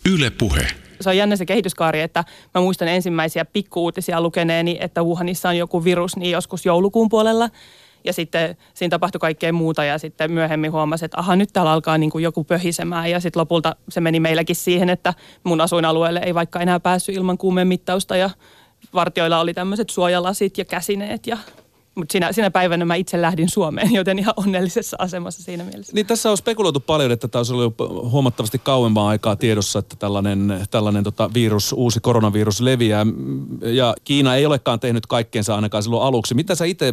Yle Puhe. Se on jännä se kehityskaari, että mä muistan ensimmäisiä pikkuuutisia lukeneeni, että Wuhanissa on joku virus niin joskus joulukuun puolella. Ja sitten siinä tapahtui kaikkea muuta ja sitten myöhemmin huomasin, että aha, nyt täällä alkaa niin kuin joku pöhisemään. Ja sitten lopulta se meni meilläkin siihen, että mun asuinalueelle ei vaikka enää päässyt ilman kuumeen mittausta ja vartijoilla oli tämmöiset suojalasit ja käsineet mutta siinä päivänä mä itse lähdin Suomeen, joten ihan onnellisessa asemassa siinä mielessä. Niin tässä on spekuloitu paljon, että tämä olisi ollut huomattavasti kauempaa aikaa tiedossa, että tällainen uusi koronavirus leviää. Ja Kiina ei olekaan tehnyt kaikkeensa ainakaan silloin aluksi. Mitä sä itse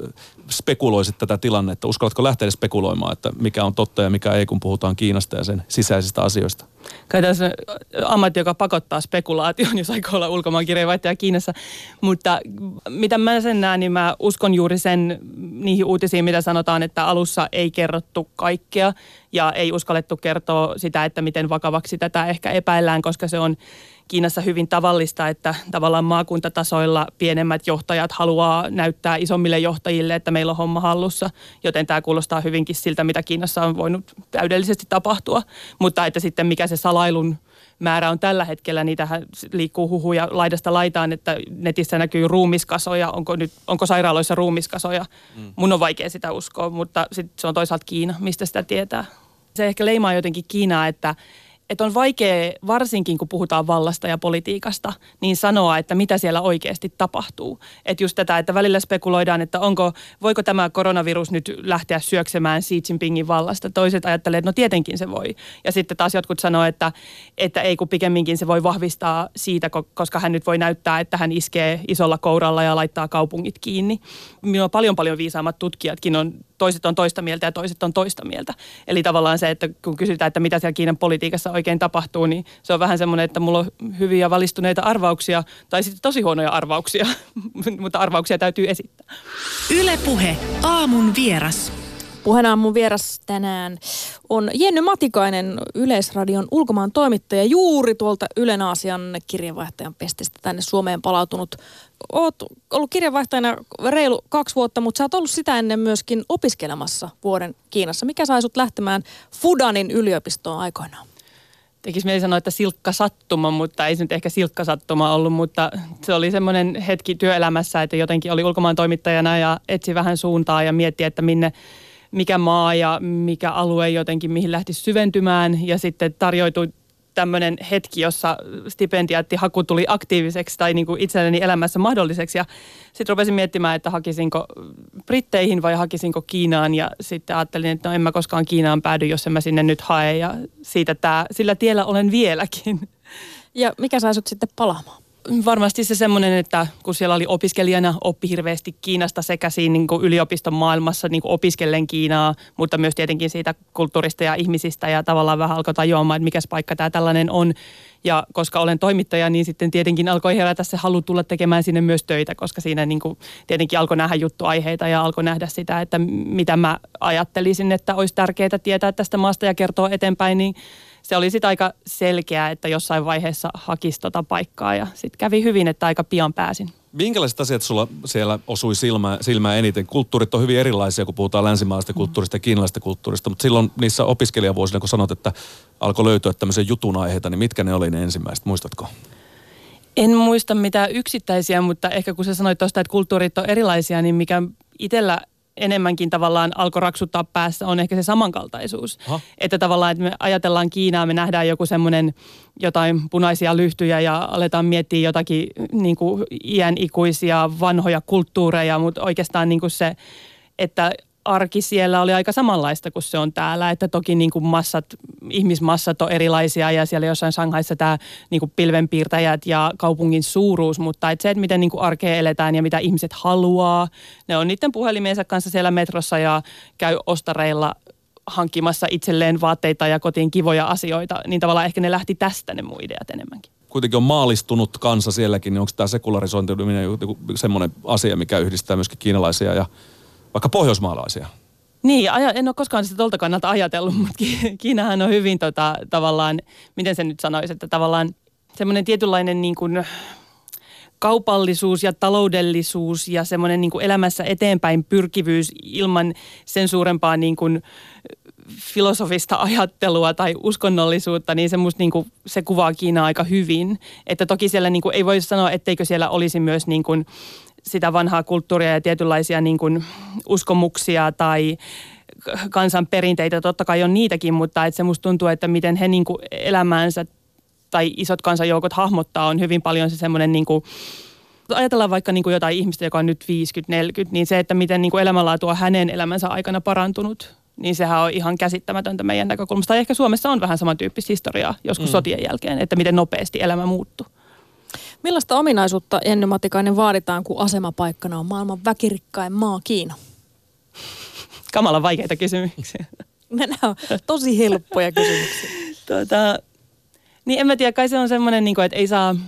spekuloisit tätä tilannetta? Uskallatko lähteä spekuloimaan, että mikä on totta ja mikä ei, kun puhutaan Kiinasta ja sen sisäisistä asioista? Kai tässä on ammatti, joka pakottaa spekulaation, jos aikoo olla ulkomaankirjeenvaihtaja Kiinassa. Mutta mitä mä sen näen, niin mä uskon juuri niihin uutisiin, mitä sanotaan, että alussa ei kerrottu kaikkea ja ei uskallettu kertoa sitä, että miten vakavaksi tätä ehkä epäillään, koska se on Kiinassa hyvin tavallista, että tavallaan maakuntatasoilla pienemmät johtajat haluaa näyttää isommille johtajille, että meillä on homma hallussa, joten tämä kuulostaa hyvinkin siltä, mitä Kiinassa on voinut täydellisesti tapahtua, mutta että sitten mikä se salailun määrä on tällä hetkellä, niitähän liikkuu huhuja laidasta laitaan, että netissä näkyy ruumiskasoja, onko sairaaloissa ruumiskasoja. Mun on vaikea sitä uskoa, mutta sitten se on toisaalta Kiina, mistä sitä tietää. Se ehkä leimaa jotenkin Kiinaa, että on vaikea, varsinkin kun puhutaan vallasta ja politiikasta, niin sanoa, että mitä siellä oikeasti tapahtuu. Että just tätä, että välillä spekuloidaan, että voiko tämä koronavirus nyt lähteä syöksemään Xi Jinpingin vallasta. Toiset ajattelee, että no tietenkin se voi. Ja sitten taas jotkut sanoo, että ei kun pikemminkin se voi vahvistaa siitä, koska hän nyt voi näyttää, että hän iskee isolla kouralla ja laittaa kaupungit kiinni. Minulla on paljon viisaammat tutkijatkin toiset on toista mieltä ja toiset on toista mieltä. Eli tavallaan se, että kun kysytään, että mitä siellä Kiinan politiikassa oikein tapahtuu, niin se on vähän semmoinen, että mulla on hyviä valistuneita arvauksia tai sitten tosi huonoja arvauksia, mutta arvauksia täytyy esittää. Yle Puhe, aamun vieras. Puheenaamun vieras tänään on Jenny Matikainen, Yleisradion ulkomaan toimittaja, juuri tuolta Ylen Aasian kirjeenvaihtajan pestestä tänne Suomeen palautunut. Oot ollut kirjeenvaihtajana reilu 2 vuotta, mutta sä oot ollut sitä ennen myöskin opiskelemassa vuoden Kiinassa. Mikä sai sut lähtemään Fudanin yliopistoon aikoinaan? Tekisi mieli sanoa, että silkka sattuma, mutta ei se nyt ehkä silkka sattuma ollut, mutta se oli semmoinen hetki työelämässä, että jotenkin oli ulkomaan toimittajana ja etsi vähän suuntaa ja mietti, että mikä maa ja mikä alue jotenkin, mihin lähti syventymään. Ja sitten tarjoutui tämmöinen hetki, jossa stipendiaattihaku tuli aktiiviseksi tai niin kuin itselleni elämässä mahdolliseksi. Ja sitten rupesin miettimään, että hakisinko Britteihin vai hakisinko Kiinaan. Ja sitten ajattelin, että no en mä koskaan Kiinaan päädy, jos en mä sinne nyt hae. Ja sillä tiellä olen vieläkin. Ja mikä sai sut sitten palaamaan? Varmasti se semmoinen, että kun siellä oli opiskelijana, oppi hirveästi Kiinasta sekä siinä niin kuin yliopiston maailmassa niin kuin opiskellen Kiinaa, mutta myös tietenkin siitä kulttuurista ja ihmisistä ja tavallaan vähän alkoi tajuamaan, että mikäs paikka tämä tällainen on. Ja koska olen toimittaja, niin sitten tietenkin alkoi herätä se halu tulla tekemään sinne myös töitä, koska siinä niin kuin tietenkin alkoi nähdä juttuaiheita ja alkoi nähdä sitä, että mitä mä ajattelisin, että olisi tärkeää tietää tästä maasta ja kertoa eteenpäin, niin se oli sitten aika selkeää, että jossain vaiheessa hakisi paikkaa ja sitten kävi hyvin, että aika pian pääsin. Minkälaiset asiat sulla siellä osui silmään eniten? Kulttuurit on hyvin erilaisia, kun puhutaan länsimaalaisesta kulttuurista ja kiinalaisesta kulttuurista, mutta silloin niissä opiskelijavuosina, kun sanot, että alkoi löytyä tämmöisen jutun aiheita, niin mitkä ne oli ne ensimmäiset, muistatko? En muista mitään yksittäisiä, mutta ehkä kun sä sanoit tuosta, että kulttuurit on erilaisia, niin mikä itsellä enemmänkin tavallaan alkoi raksuttaa päässä on ehkä se samankaltaisuus. Aha. Että tavallaan, että me ajatellaan Kiinaa, me nähdään joku semmoinen jotain punaisia lyhtyjä ja aletaan miettiä jotakin niin kuin iänikuisia vanhoja kulttuureja, mutta oikeastaan niin kuin se, että arki siellä oli aika samanlaista kuin se on täällä, että toki niin kuin ihmismassat on erilaisia ja siellä jossain Shanghaissa tämä niin kuin pilvenpiirtäjät ja kaupungin suuruus, mutta että se, että miten niin kuin arkea eletään ja mitä ihmiset haluaa, ne on niiden puhelimeensa kanssa siellä metrossa ja käy ostareilla hankkimassa itselleen vaatteita ja kotiin kivoja asioita, niin tavallaan ehkä ne lähti tästä ne mun ideat enemmänkin. Kuitenkin on maalistunut kansa sielläkin, niin onko tämä sekularisointuminen joku semmoinen asia, mikä yhdistää myöskin kiinalaisia ja vaikka pohjoismaalaisia? Niin, en ole koskaan sitä tuolta kannalta ajatellut, mutta Kiinahan on hyvin tavallaan, miten se nyt sanoisi, että tavallaan semmoinen tietynlainen niin kuin kaupallisuus ja taloudellisuus ja semmoinen niin kuin elämässä eteenpäin pyrkivyys ilman sen suurempaa niin kuin filosofista ajattelua tai uskonnollisuutta, niin se kuvaa Kiinaa aika hyvin. Että toki siellä niin kuin, ei voi sanoa, etteikö siellä olisi myös niin kuin, sitä vanhaa kulttuuria ja tietynlaisia niin kuin, uskomuksia tai kansanperinteitä. Totta kai on niitäkin, mutta että se musta tuntuu, että miten he niin kuin, elämäänsä tai isot kansanjoukot hahmottaa on hyvin paljon se semmoinen niin kuin, ajatellaan vaikka niin kuin jotain ihmistä, joka on nyt 50-40, niin se, että miten niin kuin elämänlaatu on hänen elämänsä aikana parantunut, niin sehän on ihan käsittämätöntä meidän näkökulmasta. Tai ehkä Suomessa on vähän samantyyppistä historiaa joskus sotien jälkeen, että miten nopeasti elämä muuttuu. Millaista ominaisuutta, Jenny Matikainen, vaaditaan, kun asemapaikkana on maailman väkirikkain maa Kiina? Kamalan vaikeita kysymyksiä. Nämä on tosi helppoja kysymyksiä. Niin en mä tiedä, kai se on semmoinen, että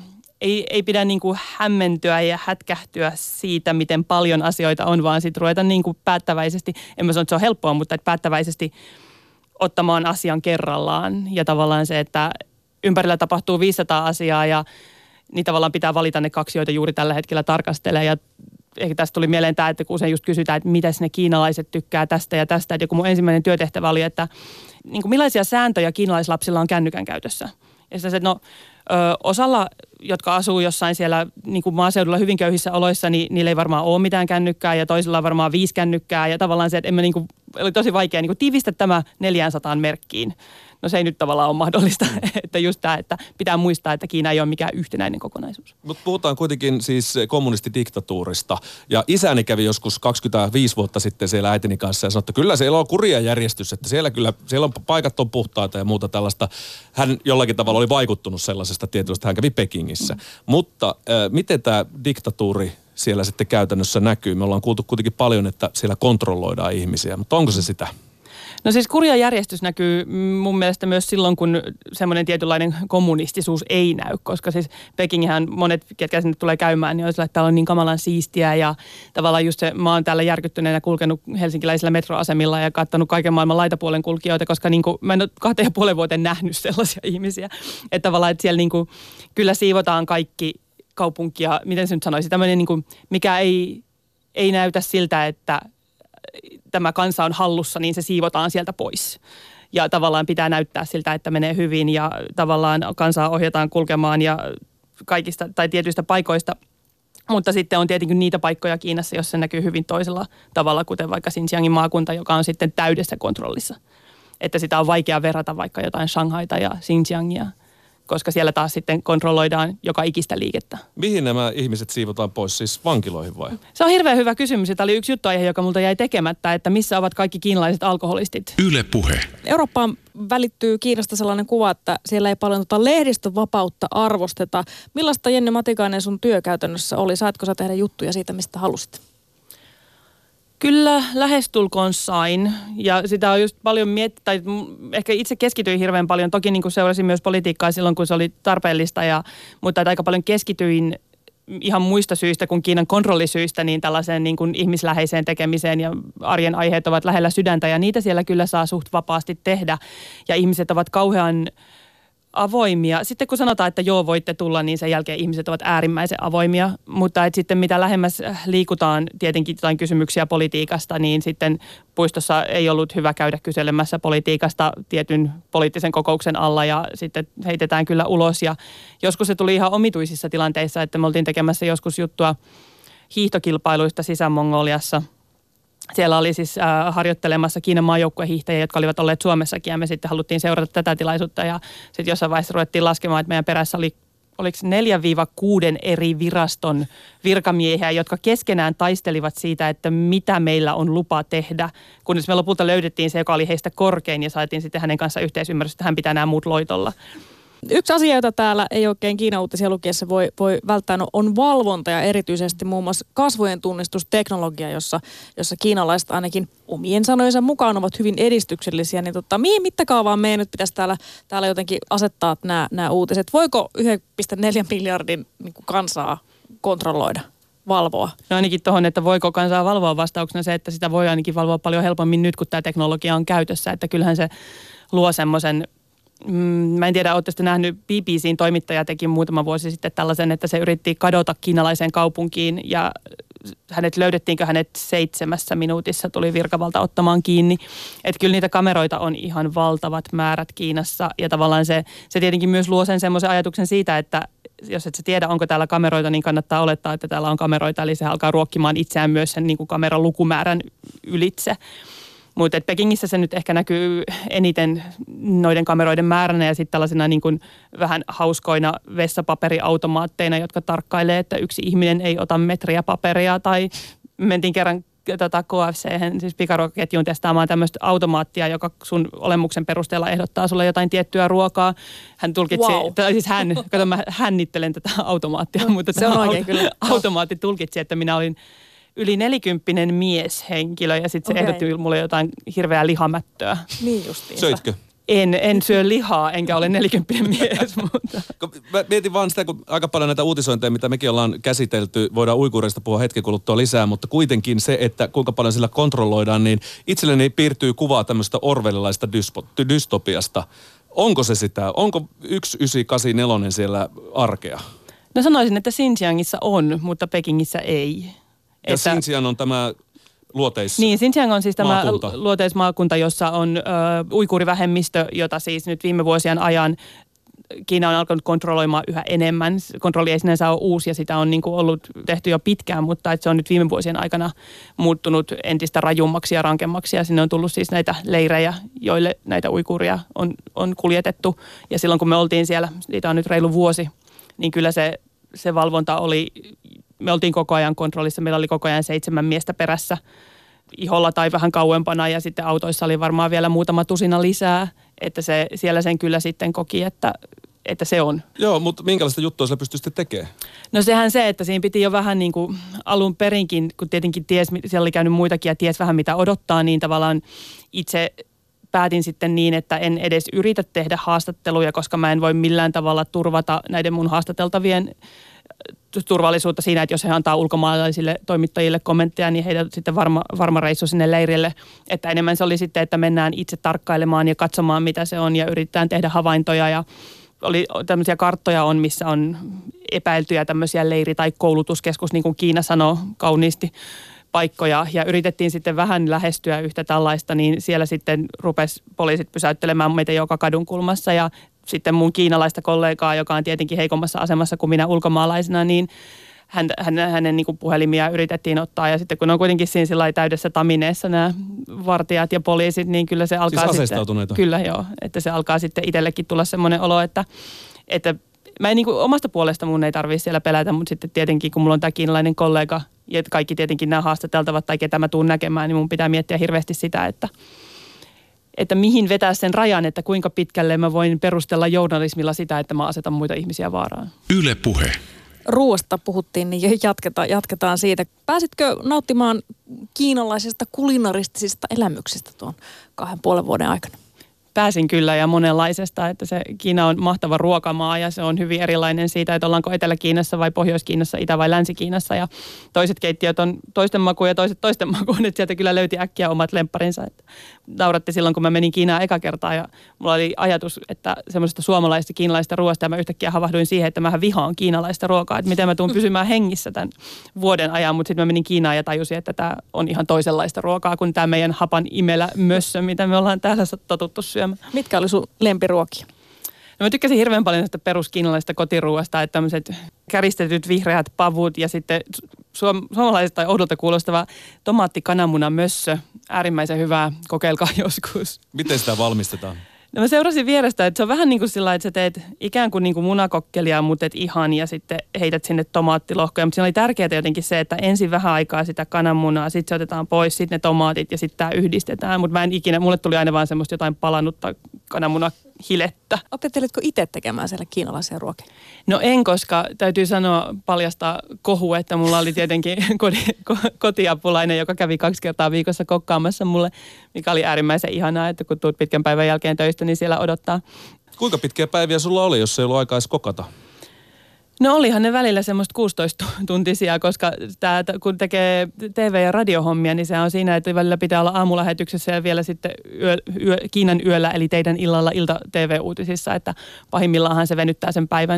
ei pidä hämmentyä ja hätkähtyä siitä, miten paljon asioita on, vaan sitten ruveta päättäväisesti, en mä sano, että se on helppoa, mutta että päättäväisesti ottamaan asian kerrallaan. Ja tavallaan se, että ympärillä tapahtuu 500 asiaa ja niin tavallaan pitää valita ne 2, joita juuri tällä hetkellä tarkastelee. Ja ehkä tästä tuli mieleen tämä, että kun usein just kysytään, että mitäs ne kiinalaiset tykkää tästä ja tästä. Ja kun mun ensimmäinen työtehtävä oli, että millaisia sääntöjä kiinalaislapsilla on kännykän käytössä. Ja sitä, että osalla, jotka asuu jossain siellä maaseudulla hyvin köyhissä oloissa, niin niillä ei varmaan ole mitään kännykkää ja toisilla on varmaan 5 kännykkää. Ja tavallaan se, että oli tosi vaikea tiivistää tämä 400 merkkiin. No se ei nyt tavallaan ole mahdollista, että just tämä, että pitää muistaa, että Kiina ei ole mikään yhtenäinen kokonaisuus. Mutta puhutaan kuitenkin siis kommunistidiktatuurista. Ja isäni kävi joskus 25 vuotta sitten siellä äitini kanssa ja sanoi, että kyllä siellä on kuria järjestys, että siellä on paikat on puhtaita ja muuta tällaista. Hän jollakin tavalla oli vaikuttunut sellaisesta tietystä, hän kävi Pekingissä. Mutta miten tämä diktatuuri siellä sitten käytännössä näkyy? Me ollaan kuultu kuitenkin paljon, että siellä kontrolloidaan ihmisiä, mutta onko se sitä? No siis kurja järjestys näkyy mun mielestä myös silloin, kun semmoinen tietynlainen kommunistisuus ei näy, koska siis Pekingihän monet, ketkä sinne tulee käymään, niin on sillä, että täällä on niin kamalan siistiä ja tavallaan just se, mä oon täällä järkyttyneenä kulkenut helsinkiläisillä metroasemilla ja katsonut kaiken maailman laitapuolen kulkijoita, koska mä en ole 2,5 vuoteen nähnyt sellaisia ihmisiä, että tavallaan, että siellä kyllä siivotaan kaikki kaupunkia, miten se nyt sanoisi, tämmöinen mikä ei näytä siltä, että tämä kansa on hallussa, niin se siivotaan sieltä pois. Ja tavallaan pitää näyttää siltä, että menee hyvin ja tavallaan kansaa ohjataan kulkemaan ja kaikista tai tietyistä paikoista. Mutta sitten on tietenkin niitä paikkoja Kiinassa, jossa se näkyy hyvin toisella tavalla, kuten vaikka Xinjiangin maakunta, joka on sitten täydessä kontrollissa. Että sitä on vaikea verrata vaikka jotain Shanghaita ja Xinjiangia, koska siellä taas sitten kontrolloidaan joka ikistä liikettä. Mihin nämä ihmiset siivotaan pois, siis vankiloihin vai? Se on hirveän hyvä kysymys. Tämä oli yksi juttuaihe, joka multa jäi tekemättä, että missä ovat kaikki kiinalaiset alkoholistit. Yle Puhe. Eurooppaan välittyy Kiinasta sellainen kuva, että siellä ei paljon lehdistövapautta arvosteta. Millaista, Jenny Matikainen, sun työkäytännössä oli? Saatko sä tehdä juttuja siitä, mistä halusit? Kyllä, lähestulkoon sain. Ja sitä on just paljon tai ehkä itse keskityin hirveän paljon. Toki seurasin myös politiikkaa silloin, kun se oli tarpeellista, mutta aika paljon keskityin ihan muista syistä kuin Kiinan kontrollisyistä, niin tällaiseen ihmisläheiseen tekemiseen ja arjen aiheet ovat lähellä sydäntä ja niitä siellä kyllä saa suht vapaasti tehdä. Ja ihmiset ovat kauhean avoimia. Sitten kun sanotaan, että joo, voitte tulla, niin sen jälkeen ihmiset ovat äärimmäisen avoimia. Mutta että sitten mitä lähemmäs liikutaan tietenkin jotain kysymyksiä politiikasta, niin sitten puistossa ei ollut hyvä käydä kyselemässä politiikasta tietyn poliittisen kokouksen alla ja sitten heitetään kyllä ulos. Ja joskus se tuli ihan omituisissa tilanteissa, että me oltiin tekemässä joskus juttua hiihtokilpailuista Sisä-Mongoliassa. Siellä oli siis harjoittelemassa Kiinan maajoukkuehiihtäjiä, jotka olivat olleet Suomessakin ja me sitten haluttiin seurata tätä tilaisuutta ja sitten jossain vaiheessa ruvettiin laskemaan, että meidän perässä oli oliko 4-6 eri viraston virkamiehiä, jotka keskenään taistelivat siitä, että mitä meillä on lupa tehdä, kunnes me lopulta löydettiin se, joka oli heistä korkein ja saatiin sitten hänen kanssa yhteisymmärrys, että hän pitää nämä muut loitolla. Yksi asia, jota täällä ei oikein Kiinan uutisia lukiessa voi välttää, on valvonta ja erityisesti muun muassa kasvojen tunnistusteknologia, jossa kiinalaiset ainakin omien sanojensa mukaan ovat hyvin edistyksellisiä. Niin mihin mittakaavaan meidän nyt pitäisi täällä jotenkin asettaa nämä uutiset? Voiko 1,4 miljardin kansaa kontrolloida, valvoa? No ainakin tuohon, että voiko kansaa valvoa vastauksena se, että sitä voi ainakin valvoa paljon helpommin nyt, kun tämä teknologia on käytössä. Että kyllähän se luo semmoisen. Mä en tiedä, ootte sitten nähnyt, BBC:n toimittaja teki muutama vuosi sitten tällaisen, että se yritti kadota kiinalaiseen kaupunkiin ja löydettiinkö hänet 7 minuutissa, tuli virkavalta ottamaan kiinni. Että kyllä niitä kameroita on ihan valtavat määrät Kiinassa ja tavallaan se tietenkin myös luo sen semmoisen ajatuksen siitä, että jos et sä tiedä, onko täällä kameroita, niin kannattaa olettaa, että täällä on kameroita, eli se alkaa ruokkimaan itseään myös sen niin kuin kameran lukumäärän ylitse. Mutta Pekingissä se nyt ehkä näkyy eniten noiden kameroiden määränä ja sitten tällaisena niin kuin vähän hauskoina vessapaperiautomaatteina, jotka tarkkailee, että yksi ihminen ei ota metriä paperia. Tai mentiin kerran KFC:hen, siis pikaruokaketjuun testaamaan tämmöistä automaattia, joka sun olemuksen perusteella ehdottaa sulle jotain tiettyä ruokaa. Hän tulkitsi, mä hännittelen tätä automaattia, mutta se on oikein kyllä. Automaatti tulkitsi, että minä olin yli 40 mieshenkilö ja sitten se ehdotti mulle jotain hirveää lihamättöä. Niin justiinsa. Söitkö? En syö lihaa, enkä ole 40 mies, mutta... Mä mietin vaan sitä, kun aika paljon näitä uutisointeja, mitä mekin ollaan käsitelty, voidaan uiguureista puhua hetken kuluttua lisää, mutta kuitenkin se, että kuinka paljon sillä kontrolloidaan, niin itselleni piirtyy kuvaa tämmöistä orwellilaista dystopiasta. Onko se sitä? Onko 1984 siellä arkea? No sanoisin, että Xinjiangissa on, mutta Pekingissä ei. Ja Xinjiang on tämä Niin, Xinjiang on siis tämä luoteismaakunta, jossa on uiguurivähemmistö, jota siis nyt viime vuosien ajan Kiina on alkanut kontrolloimaan yhä enemmän. Kontrolli ei sinänsä ole uusi ja sitä on niin kuin ollut tehty jo pitkään, mutta että se on nyt viime vuosien aikana muuttunut entistä rajummaksi ja rankemmaksi. Ja sinne on tullut siis näitä leirejä, joille näitä uiguuria on kuljetettu. Ja silloin kun me oltiin siellä, niitä on nyt reilu vuosi, niin kyllä se valvonta oli... Me oltiin koko ajan kontrollissa, meillä oli koko ajan 7 miestä perässä iholla tai vähän kauempana ja sitten autoissa oli varmaan vielä muutama tusina lisää, että siellä sen kyllä sitten koki, että se on. Joo, mutta minkälaista juttua sillä pystyi sitten tekemään? No sehän se, että siinä piti jo vähän niin kuin alun perinkin, kun tietenkin siellä oli käynyt muitakin ja ties vähän mitä odottaa, niin tavallaan itse päätin sitten niin, että en edes yritä tehdä haastatteluja, koska mä en voi millään tavalla turvata näiden mun haastateltavien turvallisuutta siinä, että jos he antaa ulkomaalaisille toimittajille kommentteja, niin heidän sitten varma reissu sinne leirille. Että enemmän se oli sitten, että mennään itse tarkkailemaan ja katsomaan, mitä se on ja yritetään tehdä havaintoja. Ja oli tämmöisiä karttoja on, missä on epäiltyjä tämmöisiä leiri- tai koulutuskeskus, niin kuin Kiina sanoo kauniisti, paikkoja. Ja yritettiin sitten vähän lähestyä yhtä tällaista, niin siellä sitten rupesi poliisit pysäyttelemään meitä joka kadun kulmassa ja sitten mun kiinalaista kollegaa, joka on tietenkin heikommassa asemassa kuin minä ulkomaalaisena, niin hänen niin kuin puhelimia yritettiin ottaa. Ja sitten kun on kuitenkin siinä sillä täydessä tamineessa nämä vartijat ja poliisit, niin kyllä se alkaa siis aseistautuneita? Kyllä joo, että se alkaa sitten itsellekin tulla semmoinen olo, että mä en niin kuin omasta puolesta mun ei tarvitse siellä pelätä, mutta sitten tietenkin kun mulla on tämä kiinalainen kollega ja kaikki tietenkin nämä haastateltavat tai ketä mä tuun näkemään, niin mun pitää miettiä hirveästi sitä, että mihin vetää sen rajan, että kuinka pitkälle mä voin perustella journalismilla sitä, että mä asetan muita ihmisiä vaaraan. Yle Puhe. Ruoasta puhuttiin, niin jatketaan siitä. Pääsitkö nauttimaan kiinalaisista kulinaristisista elämyksistä tuon 2,5 vuoden aikana? Pääsin kyllä ja monenlaisesta, että se Kiina on mahtava ruokamaa ja se on hyvin erilainen siitä, että ollaanko Etelä-Kiinassa vai Pohjois-Kiinassa, Itä- vai Länsi-Kiinassa ja toiset keittiöt on toisten makuun ja toiset toisten makuun, että sieltä kyllä löyti äkkiä omat lempparinsa. Nauratti silloin, kun mä menin Kiinaan eka kertaa ja mulla oli ajatus, että semmoisesta suomalaisesta kiinalaisesta ruoasta ja mä yhtäkkiä havahduin siihen, että mähän vihaan kiinalaista ruokaa, että miten mä tuun pysymään hengissä tämän vuoden ajan, mutta sitten mä menin Kiinaan ja tajusin, että tämä on ihan toisenlaista ruokaa kuin tämä meidän hapan imelä mössö, mitä me ollaan täällä totuttu syömään. Mitkä oli sun lempiruokia? No mä tykkäsin hirveän paljon tästä peruskiinalaisesta kotiruuasta, että tämmöiset käristetyt vihreät pavut ja sitten suomalaisesta tai oudolta kuulostava tomaattikananmunan mössö. Äärimmäisen hyvää, kokeilkaa joskus. Miten sitä valmistetaan? No mä seurasin vierestä, että se on vähän niin kuin sillä, että sä teet ikään kuin munakokkelia, mutta et ihan ja sitten heität sinne tomaattilohkoja. Mutta siinä oli tärkeää jotenkin se, että ensin vähän aikaa sitä kananmunaa, sitten se otetaan pois, sitten ne tomaatit ja sitten tämä yhdistetään. Mutta mulle tuli aina vaan semmoista jotain palannutta kananmunahilettä. Opetteletko itse tekemään siellä kiinalaisia ruokia? No en, koska täytyy sanoa paljasta kohu, että mulla oli tietenkin kotiapulainen, joka kävi 2 kertaa viikossa kokkaamassa mulle, mikä oli äärimmäisen ihanaa, että kun tuut pitkän päivän jälkeen töistä, niin siellä odottaa. Kuinka pitkiä päiviä sulla oli, jos ei ollut aikaa edes kokata? No olihan ne välillä semmoista 16-tuntisia, koska kun tekee TV- ja radiohommia, niin se on siinä, että välillä pitää olla aamulähetyksessä ja vielä sitten Kiinan yöllä, eli teidän illalla ilta-TV-uutisissa, että pahimmillaanhan se venyttää sen päivän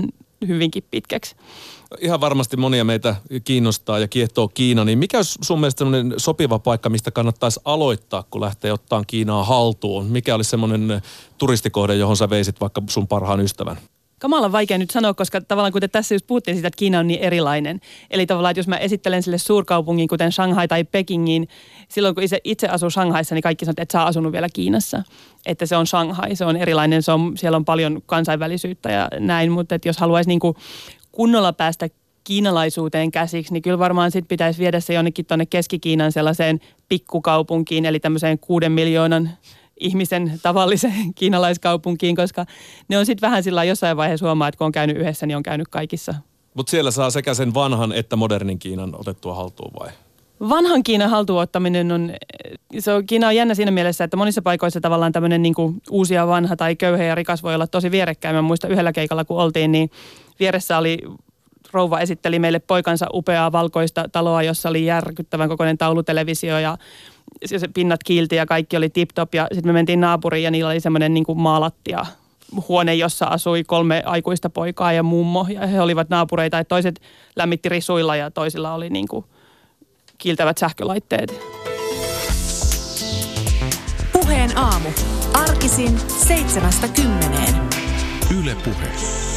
hyvinkin pitkäksi. Ihan varmasti monia meitä kiinnostaa ja kiehtoo Kiina, niin mikä olisi sun mielestä sellainen sopiva paikka, mistä kannattaisi aloittaa, kun lähtee ottaa Kiinaa haltuun? Mikä olisi semmoinen turistikohde, johon sä veisit vaikka sun parhaan ystävän? Kamalan vaikea nyt sanoa, koska tavallaan kuten tässä just puhuttiin siitä, että Kiina on niin erilainen. Eli tavallaan, että jos mä esittelen sille suurkaupungin, kuten Shanghai tai Pekingin, silloin kun itse asuu Shanghaissa, niin kaikki sanoo, että sä oot asunut vielä Kiinassa. Että se on Shanghai, se on erilainen, siellä on paljon kansainvälisyyttä ja näin. Mutta että jos haluaisi niin kuin kunnolla päästä kiinalaisuuteen käsiksi, niin kyllä varmaan sitten pitäisi viedä se jonnekin tuonne Keski-Kiinan sellaiseen pikkukaupunkiin, eli tämmöiseen 6 miljoonan ihmisen tavalliseen kiinalaiskaupunkiin, koska ne on sitten vähän sillä jossain vaiheessa huomaa, että kun on käynyt yhdessä, niin on käynyt kaikissa. Mutta siellä saa sekä sen vanhan että modernin Kiinan otettua haltuun vai? Vanhan Kiinan haltuunottaminen Kiina on jännä siinä mielessä, että monissa paikoissa tavallaan tämmöinen niin kuin uusi ja vanha tai köyhä ja rikas voi olla tosi vierekkäin. Mä muistan yhdellä keikalla, kun oltiin, niin vieressä oli rouva esitteli meille poikansa upeaa valkoista taloa, jossa oli järkyttävän kokoinen taulutelevisio ja se pinnat kiilti ja kaikki oli tip-top. Ja sitten me mentiin naapuriin ja niillä oli semmoinen niin kuin maalattia huone, jossa asui 3 aikuista poikaa ja mummo. Ja he olivat naapureita, että toiset lämmitti risuilla ja toisilla oli niin kuin kiiltävät sähkölaitteet. Puheen aamu. Arkisin 7–10. Yle Puhe.